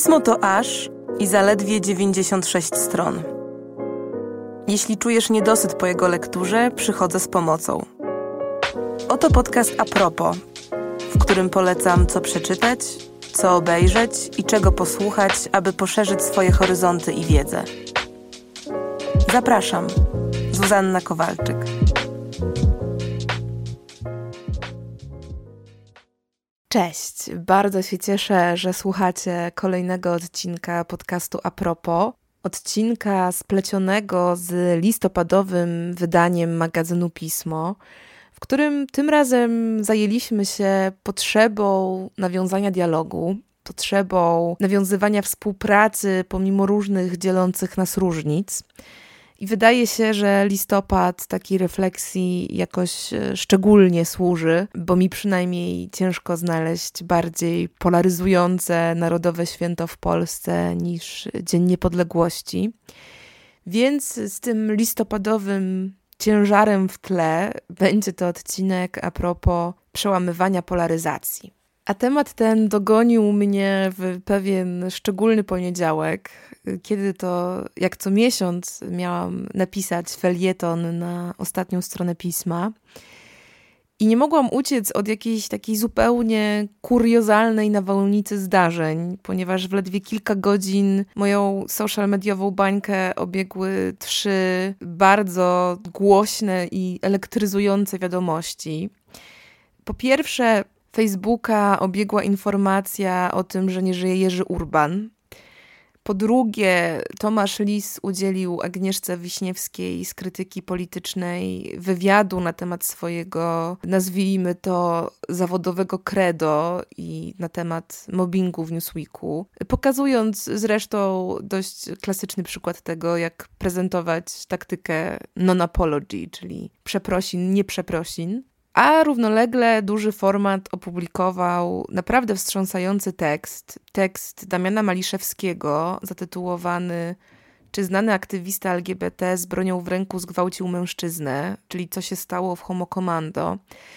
Pismo to aż i zaledwie 96 stron. Jeśli czujesz niedosyt po jego lekturze, przychodzę z pomocą. Oto podcast A propos, w którym polecam co przeczytać, co obejrzeć i czego posłuchać, aby poszerzyć swoje horyzonty i wiedzę. Zapraszam, Zuzanna Kowalczyk. Cześć, bardzo się cieszę, że słuchacie kolejnego odcinka podcastu A propos. Odcinka splecionego z listopadowym wydaniem magazynu Pismo, w którym tym razem zajęliśmy się potrzebą nawiązania dialogu, potrzebą nawiązywania współpracy pomimo różnych dzielących nas różnic. I wydaje się, że listopad takiej refleksji jakoś szczególnie służy, bo mi przynajmniej ciężko znaleźć bardziej polaryzujące narodowe święto w Polsce niż Dzień Niepodległości. Więc z tym listopadowym ciężarem w tle będzie to odcinek a propos przełamywania polaryzacji. A temat ten dogonił mnie w pewien szczególny poniedziałek, kiedy to jak co miesiąc miałam napisać felieton na ostatnią stronę pisma i nie mogłam uciec od jakiejś takiej zupełnie kuriozalnej nawałnicy zdarzeń, ponieważ w ledwie kilka godzin moją social mediową bańkę obiegły 3 bardzo głośne i elektryzujące wiadomości. Po pierwsze, Facebooka obiegła informacja o tym, że nie żyje Jerzy Urban. Po drugie, Tomasz Lis udzielił Agnieszce Wiśniewskiej z Krytyki Politycznej wywiadu na temat swojego, nazwijmy to, zawodowego credo i na temat mobbingu w Newsweeku, pokazując zresztą dość klasyczny przykład tego, jak prezentować taktykę non-apology, czyli przeprosin, nie przeprosin. A równolegle duży format opublikował naprawdę wstrząsający tekst Damiana Maliszewskiego zatytułowany „Czy znany aktywista LGBT z bronią w ręku zgwałcił mężczyznę?”, czyli co się stało w Homo Commando.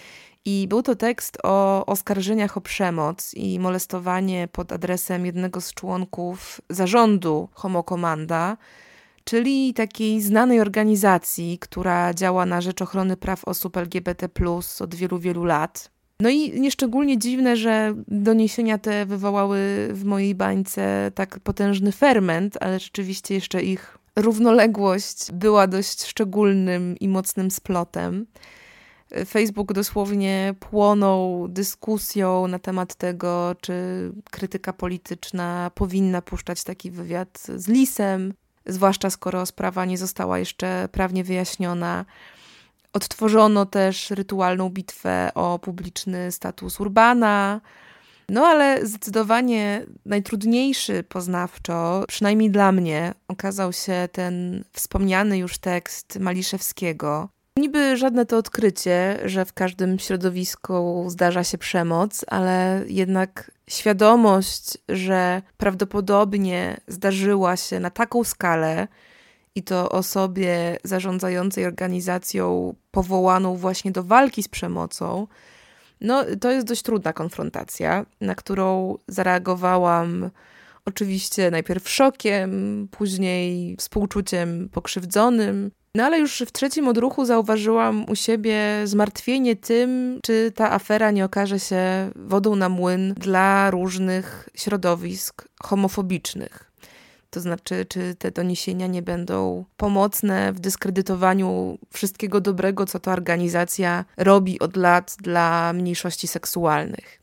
I był to tekst o oskarżeniach o przemoc i molestowanie pod adresem jednego z członków zarządu Homo Commanda, czyli takiej znanej organizacji, która działa na rzecz ochrony praw osób LGBT+ od wielu, wielu lat. No i nieszczególnie dziwne, że doniesienia te wywołały w mojej bańce tak potężny ferment, ale rzeczywiście jeszcze ich równoległość była dość szczególnym i mocnym splotem. Facebook dosłownie płonął dyskusją na temat tego, czy Krytyka Polityczna powinna puszczać taki wywiad z Lisem, zwłaszcza skoro sprawa nie została jeszcze prawnie wyjaśniona. Odtworzono też rytualną bitwę o publiczny status Urbana. No ale zdecydowanie najtrudniejszy poznawczo, przynajmniej dla mnie, okazał się ten wspomniany już tekst Maliszewskiego. Niby żadne to odkrycie, że w każdym środowisku zdarza się przemoc, ale jednak świadomość, że prawdopodobnie zdarzyła się na taką skalę i to osobie zarządzającej organizacją powołaną właśnie do walki z przemocą, no to jest dość trudna konfrontacja, na którą zareagowałam oczywiście najpierw szokiem, później współczuciem pokrzywdzonym. No ale już w trzecim odruchu zauważyłam u siebie zmartwienie tym, czy ta afera nie okaże się wodą na młyn dla różnych środowisk homofobicznych. To znaczy, czy te doniesienia nie będą pomocne w dyskredytowaniu wszystkiego dobrego, co ta organizacja robi od lat dla mniejszości seksualnych.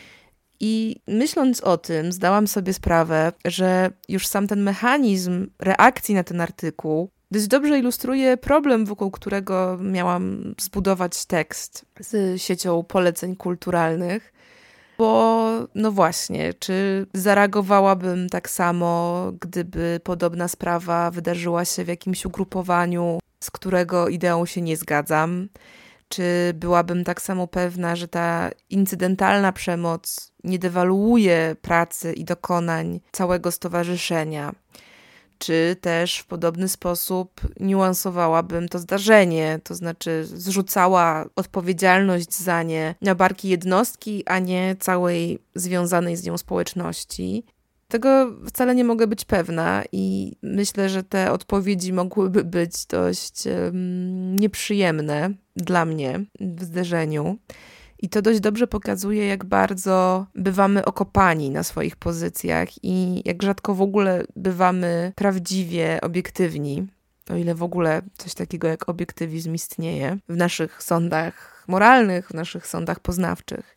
I myśląc o tym, zdałam sobie sprawę, że już sam ten mechanizm reakcji na ten artykuł dość dobrze ilustruje problem, wokół którego miałam zbudować tekst z siecią poleceń kulturalnych. Bo no właśnie, czy zareagowałabym tak samo, gdyby podobna sprawa wydarzyła się w jakimś ugrupowaniu, z którego ideą się nie zgadzam? Czy byłabym tak samo pewna, że ta incydentalna przemoc nie dewaluuje pracy i dokonań całego stowarzyszenia? Czy też w podobny sposób niuansowałabym to zdarzenie, to znaczy zrzucała odpowiedzialność za nie na barki jednostki, a nie całej związanej z nią społeczności. Tego wcale nie mogę być pewna i myślę, że te odpowiedzi mogłyby być dość nieprzyjemne dla mnie w zderzeniu. I to dość dobrze pokazuje, jak bardzo bywamy okopani na swoich pozycjach i jak rzadko w ogóle bywamy prawdziwie obiektywni, o ile w ogóle coś takiego jak obiektywizm istnieje w naszych sądach moralnych, w naszych sądach poznawczych.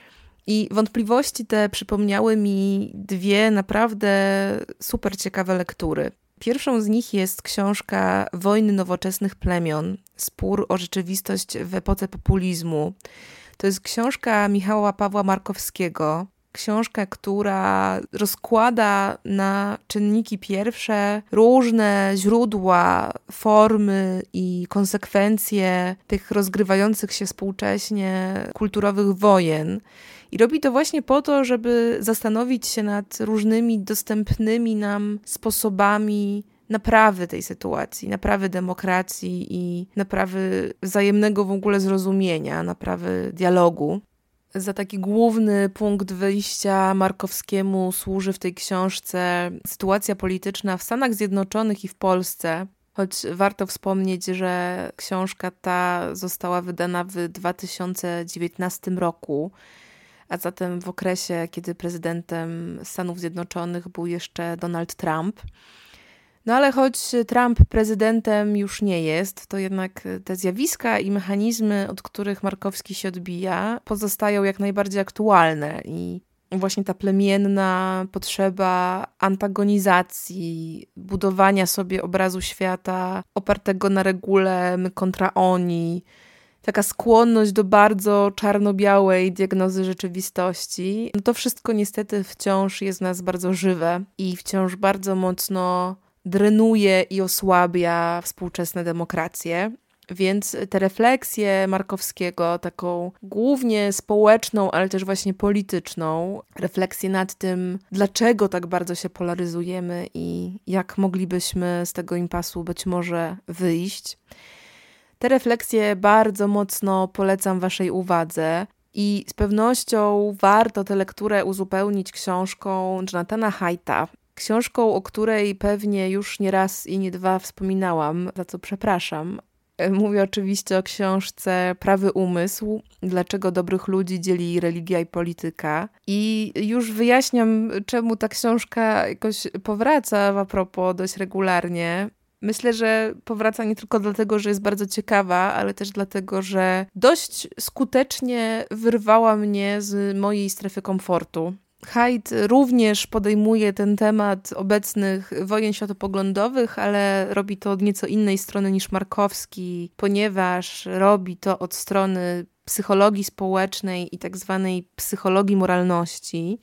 I wątpliwości te przypomniały mi dwie naprawdę super ciekawe lektury. Pierwszą z nich jest książka Wojny nowoczesnych plemion, spór o rzeczywistość w epoce populizmu. To jest książka Michała Pawła Markowskiego, książka, która rozkłada na czynniki pierwsze różne źródła, formy i konsekwencje tych rozgrywających się współcześnie kulturowych wojen. I robi to właśnie po to, żeby zastanowić się nad różnymi dostępnymi nam sposobami naprawy tej sytuacji, naprawy demokracji i naprawy wzajemnego w ogóle zrozumienia, naprawy dialogu. Za taki główny punkt wyjścia Markowskiemu służy w tej książce sytuacja polityczna w Stanach Zjednoczonych i w Polsce, choć warto wspomnieć, że książka ta została wydana w 2019 roku, a zatem w okresie, kiedy prezydentem Stanów Zjednoczonych był jeszcze Donald Trump. No ale choć Trump prezydentem już nie jest, to jednak te zjawiska i mechanizmy, od których Markowski się odbija, pozostają jak najbardziej aktualne i właśnie ta plemienna potrzeba antagonizacji, budowania sobie obrazu świata opartego na regule my kontra oni, taka skłonność do bardzo czarno-białej diagnozy rzeczywistości, no to wszystko niestety wciąż jest w nas bardzo żywe i wciąż bardzo mocno drenuje i osłabia współczesne demokracje. Więc te refleksje Markowskiego, taką głównie społeczną, ale też właśnie polityczną, refleksję nad tym, dlaczego tak bardzo się polaryzujemy i jak moglibyśmy z tego impasu być może wyjść. Te refleksje bardzo mocno polecam waszej uwadze i z pewnością warto tę lekturę uzupełnić książką Jonathana Haidta. Książką, o której pewnie już nie raz i nie dwa wspominałam, za co przepraszam. Mówię oczywiście o książce Prawy umysł, dlaczego dobrych ludzi dzieli religia i polityka. I już wyjaśniam, czemu ta książka jakoś powraca a propos dość regularnie. Myślę, że powraca nie tylko dlatego, że jest bardzo ciekawa, ale też dlatego, że dość skutecznie wyrwała mnie z mojej strefy komfortu. Haidt również podejmuje ten temat obecnych wojen światopoglądowych, ale robi to od nieco innej strony niż Markowski, ponieważ robi to od strony psychologii społecznej i tak zwanej psychologii moralności.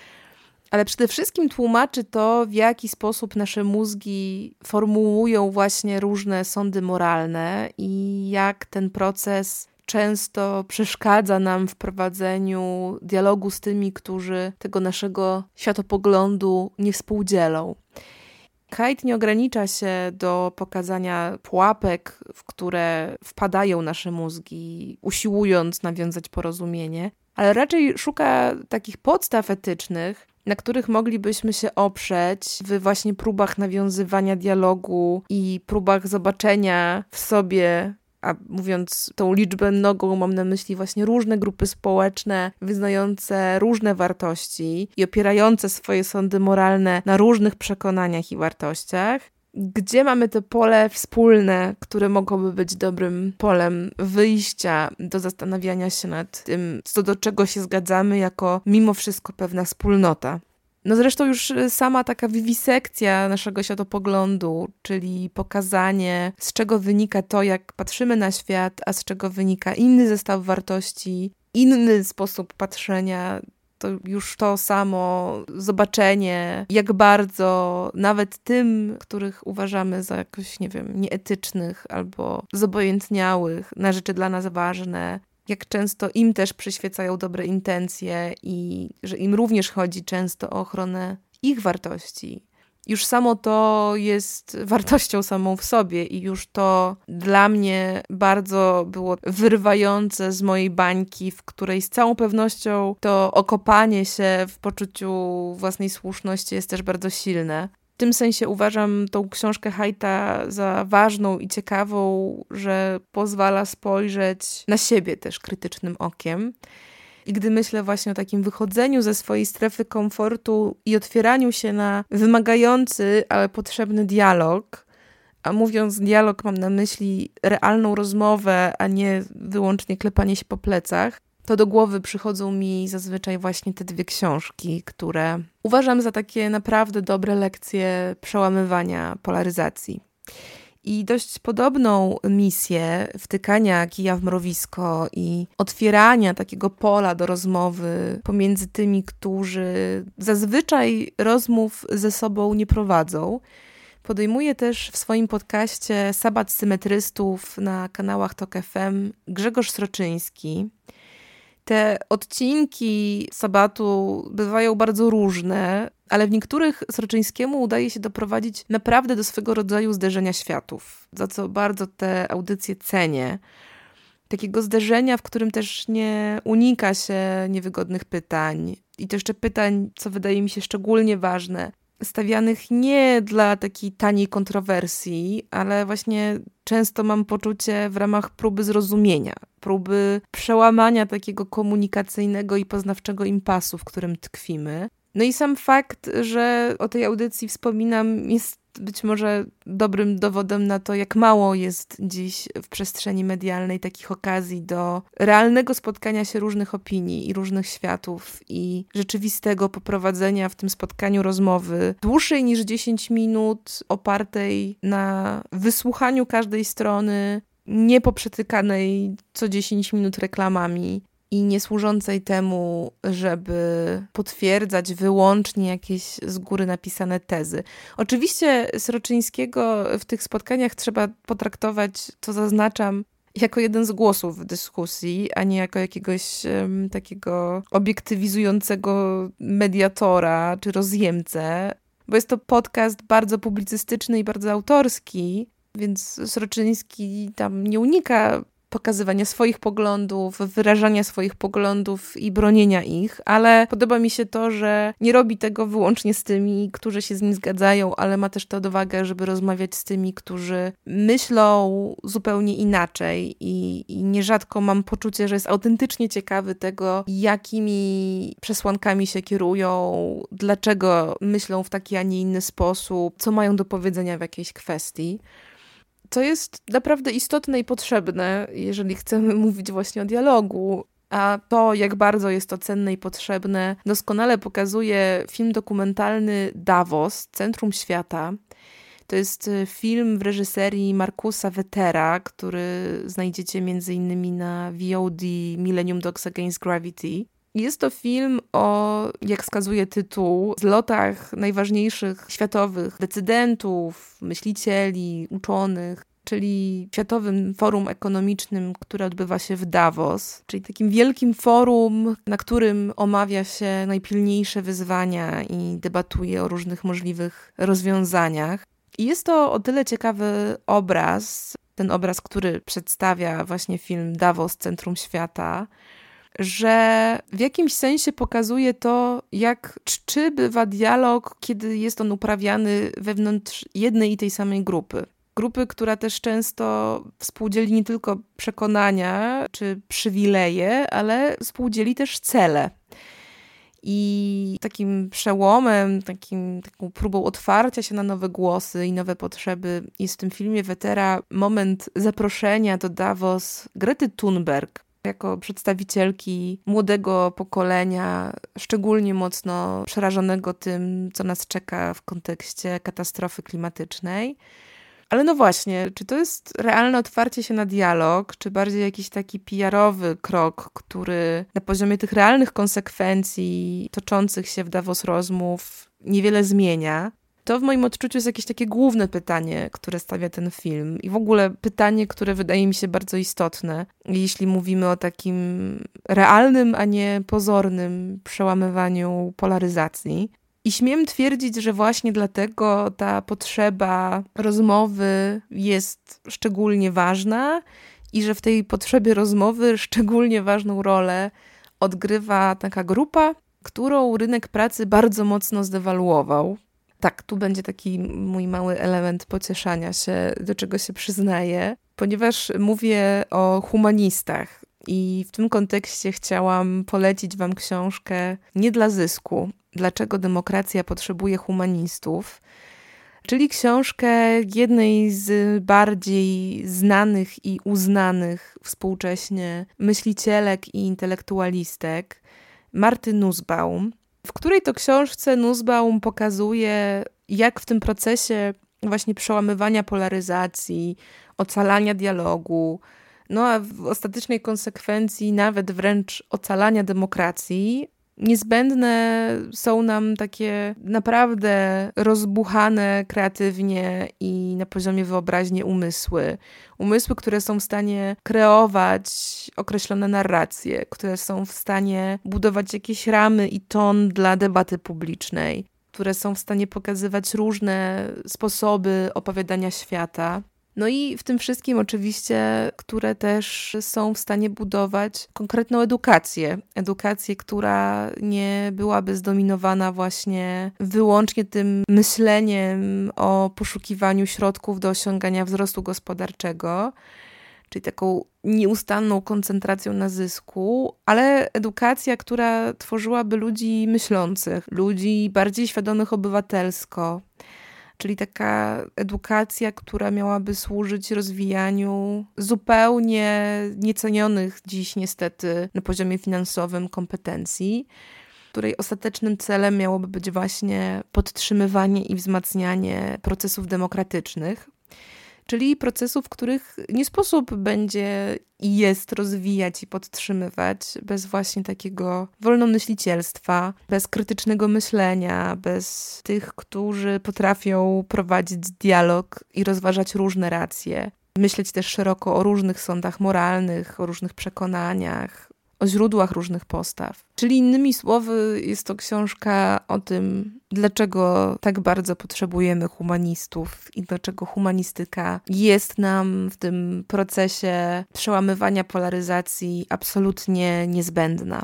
Ale przede wszystkim tłumaczy to, w jaki sposób nasze mózgi formułują właśnie różne sądy moralne i jak ten proces często przeszkadza nam w prowadzeniu dialogu z tymi, którzy tego naszego światopoglądu nie współdzielą. Haidt nie ogranicza się do pokazania pułapek, w które wpadają nasze mózgi, usiłując nawiązać porozumienie, ale raczej szuka takich podstaw etycznych, na których moglibyśmy się oprzeć w właśnie próbach nawiązywania dialogu i próbach zobaczenia w sobie, a mówiąc tą liczbę mnogą, mam na myśli właśnie różne grupy społeczne wyznające różne wartości i opierające swoje sądy moralne na różnych przekonaniach i wartościach, gdzie mamy to pole wspólne, które mogłoby być dobrym polem wyjścia do zastanawiania się nad tym, co do czego się zgadzamy jako mimo wszystko pewna wspólnota. No zresztą już sama taka wiwisekcja naszego światopoglądu, czyli pokazanie, z czego wynika to, jak patrzymy na świat, a z czego wynika inny zestaw wartości, inny sposób patrzenia, to już to samo zobaczenie, jak bardzo nawet tym, których uważamy za jakoś, nie wiem, nieetycznych albo zobojętniałych na rzeczy dla nas ważne, jak często im też przyświecają dobre intencje i że im również chodzi często o ochronę ich wartości. Już samo to jest wartością samą w sobie i już to dla mnie bardzo było wyrywające z mojej bańki, w której z całą pewnością to okopanie się w poczuciu własnej słuszności jest też bardzo silne. W tym sensie uważam tą książkę Haidta za ważną i ciekawą, że pozwala spojrzeć na siebie też krytycznym okiem. I gdy myślę właśnie o takim wychodzeniu ze swojej strefy komfortu i otwieraniu się na wymagający, ale potrzebny dialog, a mówiąc dialog mam na myśli realną rozmowę, a nie wyłącznie klepanie się po plecach, to do głowy przychodzą mi zazwyczaj właśnie te dwie książki, które uważam za takie naprawdę dobre lekcje przełamywania polaryzacji. I dość podobną misję wtykania kija w mrowisko i otwierania takiego pola do rozmowy pomiędzy tymi, którzy zazwyczaj rozmów ze sobą nie prowadzą, podejmuje też w swoim podcaście Sabat Symetrystów na kanałach TOK FM Grzegorz Sroczyński. Te odcinki Sabatu bywają bardzo różne, ale w niektórych Sroczyńskiemu udaje się doprowadzić naprawdę do swego rodzaju zderzenia światów, za co bardzo te audycje cenię. Takiego zderzenia, w którym też nie unika się niewygodnych pytań i to jeszcze pytań, co wydaje mi się szczególnie ważne, stawianych nie dla takiej taniej kontrowersji, ale właśnie często mam poczucie w ramach próby zrozumienia, próby przełamania takiego komunikacyjnego i poznawczego impasu, w którym tkwimy. No i sam fakt, że o tej audycji wspominam, jest być może dobrym dowodem na to, jak mało jest dziś w przestrzeni medialnej takich okazji do realnego spotkania się różnych opinii i różnych światów i rzeczywistego poprowadzenia w tym spotkaniu rozmowy dłuższej niż 10 minut, opartej na wysłuchaniu każdej strony, nie poprzetykanej co 10 minut reklamami i nie służącej temu, żeby potwierdzać wyłącznie jakieś z góry napisane tezy. Oczywiście Sroczyńskiego w tych spotkaniach trzeba potraktować, co zaznaczam, jako jeden z głosów w dyskusji, a nie jako jakiegoś takiego obiektywizującego mediatora czy rozjemcę, bo jest to podcast bardzo publicystyczny i bardzo autorski, więc Sroczyński tam nie unika pokazywania swoich poglądów, wyrażania swoich poglądów i bronienia ich, ale podoba mi się to, że nie robi tego wyłącznie z tymi, którzy się z nim zgadzają, ale ma też tę odwagę, żeby rozmawiać z tymi, którzy myślą zupełnie inaczej i nierzadko mam poczucie, że jest autentycznie ciekawy tego, jakimi przesłankami się kierują, dlaczego myślą w taki, a nie inny sposób, co mają do powiedzenia w jakiejś kwestii. To jest naprawdę istotne i potrzebne, jeżeli chcemy mówić właśnie o dialogu. A to, jak bardzo jest to cenne i potrzebne, doskonale pokazuje film dokumentalny Davos, Centrum Świata. To jest film w reżyserii Markusa Vettera, który znajdziecie m.in. na VOD Millennium Dogs Against Gravity. Jest to film o, jak wskazuje tytuł, zlotach najważniejszych światowych decydentów, myślicieli, uczonych, czyli Światowym Forum Ekonomicznym, które odbywa się w Davos, czyli takim wielkim forum, na którym omawia się najpilniejsze wyzwania i debatuje o różnych możliwych rozwiązaniach. I jest to o tyle ciekawy obraz, ten obraz, który przedstawia właśnie film Davos, Centrum Świata, że w jakimś sensie pokazuje to, jak czczy bywa dialog, kiedy jest on uprawiany wewnątrz jednej i tej samej grupy. Grupy, która też często współdzieli nie tylko przekonania czy przywileje, ale współdzieli też cele. I takim przełomem, taką próbą otwarcia się na nowe głosy i nowe potrzeby jest w tym filmie Vettera moment zaproszenia do Davos Grety Thunberg jako przedstawicielki młodego pokolenia, szczególnie mocno przerażonego tym, co nas czeka w kontekście katastrofy klimatycznej. Ale no właśnie, czy to jest realne otwarcie się na dialog, czy bardziej jakiś taki PR-owy krok, który na poziomie tych realnych konsekwencji toczących się w Davos rozmów niewiele zmienia? To w moim odczuciu jest jakieś takie główne pytanie, które stawia ten film i w ogóle pytanie, które wydaje mi się bardzo istotne, jeśli mówimy o takim realnym, a nie pozornym przełamywaniu polaryzacji. I śmiem twierdzić, że właśnie dlatego ta potrzeba rozmowy jest szczególnie ważna i że w tej potrzebie rozmowy szczególnie ważną rolę odgrywa taka grupa, którą rynek pracy bardzo mocno zdewaluował. Tak, tu będzie taki mój mały element pocieszania się, do czego się przyznaję, ponieważ mówię o humanistach i w tym kontekście chciałam polecić wam książkę Nie dla zysku. Dlaczego demokracja potrzebuje humanistów? Czyli książkę jednej z bardziej znanych i uznanych współcześnie myślicielek i intelektualistek, Marty Nussbaum, w której to książce Nussbaum pokazuje, jak w tym procesie właśnie przełamywania polaryzacji, ocalania dialogu, no a w ostatecznej konsekwencji nawet wręcz ocalania demokracji, niezbędne są nam takie naprawdę rozbuchane kreatywnie i na poziomie wyobraźni umysły. Umysły, które są w stanie kreować określone narracje, które są w stanie budować jakieś ramy i ton dla debaty publicznej, które są w stanie pokazywać różne sposoby opowiadania świata. No i w tym wszystkim oczywiście, które też są w stanie budować konkretną edukację. Edukację, która nie byłaby zdominowana właśnie wyłącznie tym myśleniem o poszukiwaniu środków do osiągania wzrostu gospodarczego, czyli taką nieustanną koncentracją na zysku, ale edukacja, która tworzyłaby ludzi myślących, ludzi bardziej świadomych obywatelsko, czyli taka edukacja, która miałaby służyć rozwijaniu zupełnie niecenionych dziś niestety na poziomie finansowym kompetencji, której ostatecznym celem miałoby być właśnie podtrzymywanie i wzmacnianie procesów demokratycznych, czyli procesów, których nie sposób będzie i jest rozwijać i podtrzymywać bez właśnie takiego wolnomyślicielstwa, bez krytycznego myślenia, bez tych, którzy potrafią prowadzić dialog i rozważać różne racje. Myśleć też szeroko o różnych sądach moralnych, o różnych przekonaniach, o źródłach różnych postaw. Czyli innymi słowy jest to książka o tym, dlaczego tak bardzo potrzebujemy humanistów i dlaczego humanistyka jest nam w tym procesie przełamywania polaryzacji absolutnie niezbędna.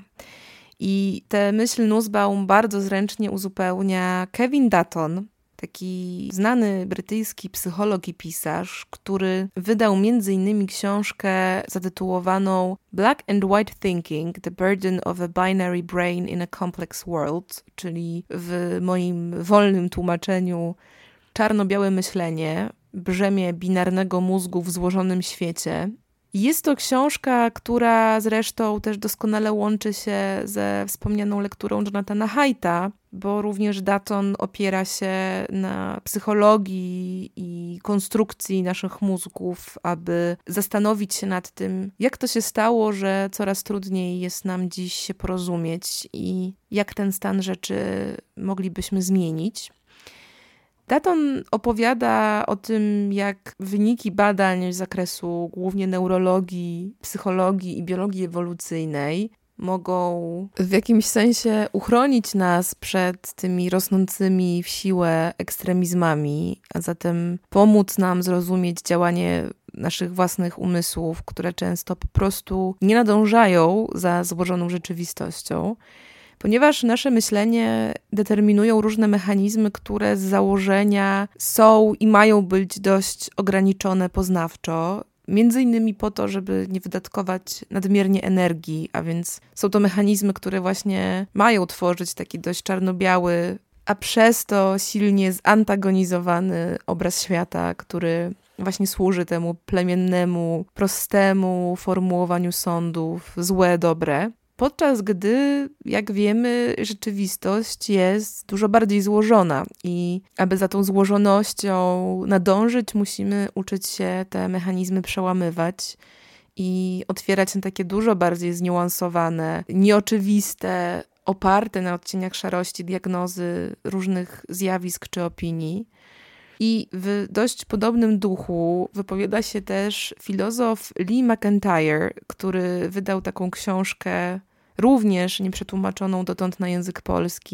I tę myśl Nussbaum bardzo zręcznie uzupełnia Kevin Dutton, taki znany brytyjski psycholog i pisarz, który wydał m.in. książkę zatytułowaną Black and White Thinking, The Burden of a Binary Brain in a Complex World, czyli w moim wolnym tłumaczeniu czarno-białe myślenie, brzemię binarnego mózgu w złożonym świecie. Jest to książka, która zresztą też doskonale łączy się ze wspomnianą lekturą Jonathana Haidta, bo również Dutton opiera się na psychologii i konstrukcji naszych mózgów, aby zastanowić się nad tym, jak to się stało, że coraz trudniej jest nam dziś się porozumieć i jak ten stan rzeczy moglibyśmy zmienić. Dutton opowiada o tym, jak wyniki badań z zakresu głównie neurologii, psychologii i biologii ewolucyjnej mogą w jakimś sensie uchronić nas przed tymi rosnącymi w siłę ekstremizmami, a zatem pomóc nam zrozumieć działanie naszych własnych umysłów, które często po prostu nie nadążają za złożoną rzeczywistością. Ponieważ nasze myślenie determinują różne mechanizmy, które z założenia są i mają być dość ograniczone poznawczo, między innymi po to, żeby nie wydatkować nadmiernie energii, a więc są to mechanizmy, które właśnie mają tworzyć taki dość czarno-biały, a przez to silnie zantagonizowany obraz świata, który właśnie służy temu plemiennemu, prostemu formułowaniu sądów, złe, dobre. Podczas gdy, jak wiemy, rzeczywistość jest dużo bardziej złożona i aby za tą złożonością nadążyć, musimy uczyć się te mechanizmy przełamywać i otwierać na takie dużo bardziej zniuansowane, nieoczywiste, oparte na odcieniach szarości diagnozy różnych zjawisk czy opinii. I w dość podobnym duchu wypowiada się też filozof Lee McEntire, który wydał taką książkę, również nieprzetłumaczoną dotąd na język polski,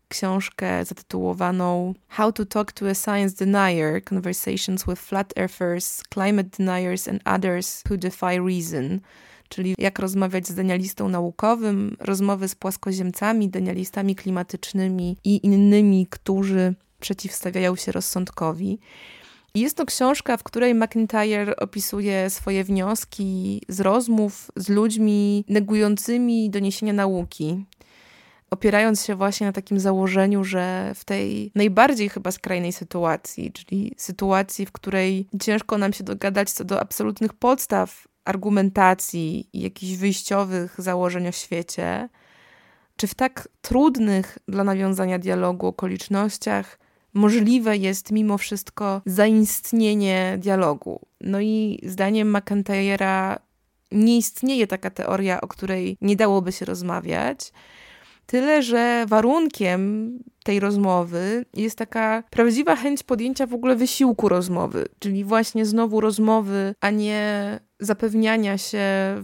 książkę zatytułowaną How to Talk to a Science Denier, Conversations with Flat Earthers, Climate Deniers and Others Who Defy Reason, czyli jak rozmawiać z denialistą naukowym, rozmowy z płaskoziemcami, denialistami klimatycznymi i innymi, którzy przeciwstawiają się rozsądkowi. Jest to książka, w której MacIntyre opisuje swoje wnioski z rozmów z ludźmi negującymi doniesienia nauki, opierając się właśnie na takim założeniu, że w tej najbardziej chyba skrajnej sytuacji, czyli sytuacji, w której ciężko nam się dogadać co do absolutnych podstaw argumentacji i jakichś wyjściowych założeń o świecie, czy w tak trudnych dla nawiązania dialogu okolicznościach możliwe jest mimo wszystko zaistnienie dialogu. No i zdaniem MacIntyre'a nie istnieje taka teoria, o której nie dałoby się rozmawiać, tyle że warunkiem tej rozmowy jest taka prawdziwa chęć podjęcia w ogóle wysiłku rozmowy, czyli właśnie znowu rozmowy, a nie zapewniania się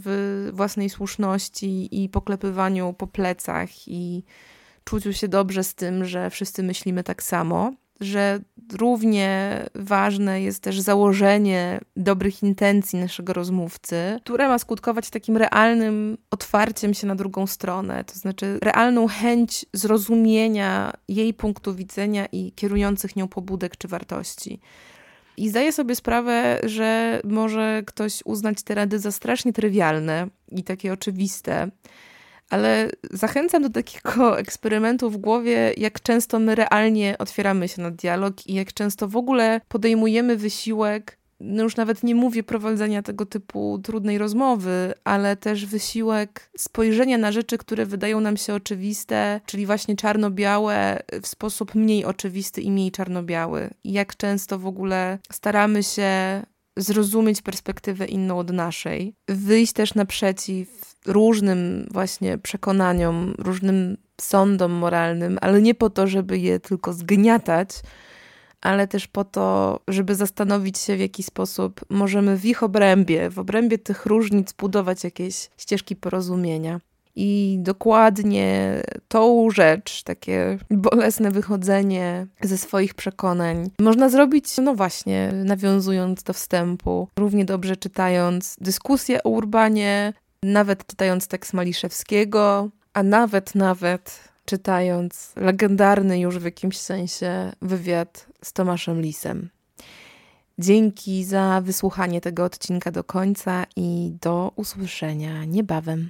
w własnej słuszności i poklepywaniu po plecach i czuciu się dobrze z tym, że wszyscy myślimy tak samo, że równie ważne jest też założenie dobrych intencji naszego rozmówcy, które ma skutkować takim realnym otwarciem się na drugą stronę, to znaczy realną chęć zrozumienia jej punktu widzenia i kierujących nią pobudek czy wartości. I zdaję sobie sprawę, że może ktoś uznać te rady za strasznie trywialne i takie oczywiste, ale zachęcam do takiego eksperymentu w głowie, jak często my realnie otwieramy się na dialog i jak często w ogóle podejmujemy wysiłek, no już nawet nie mówię prowadzenia tego typu trudnej rozmowy, ale też wysiłek spojrzenia na rzeczy, które wydają nam się oczywiste, czyli właśnie czarno-białe, w sposób mniej oczywisty i mniej czarno-biały. I jak często w ogóle staramy się zrozumieć perspektywę inną od naszej, wyjść też naprzeciw różnym właśnie przekonaniom, różnym sądom moralnym, ale nie po to, żeby je tylko zgniatać, ale też po to, żeby zastanowić się, w jaki sposób możemy w ich obrębie, w obrębie tych różnic budować jakieś ścieżki porozumienia. I dokładnie tą rzecz, takie bolesne wychodzenie ze swoich przekonań, można zrobić, no właśnie, nawiązując do wstępu, równie dobrze czytając dyskusję o Urbanie, nawet czytając tekst Maliszewskiego, a nawet czytając legendarny już w jakimś sensie wywiad z Tomaszem Lisem. Dzięki za wysłuchanie tego odcinka do końca i do usłyszenia niebawem.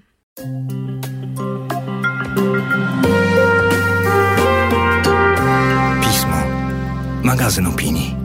Pismo. Magazyn opinii.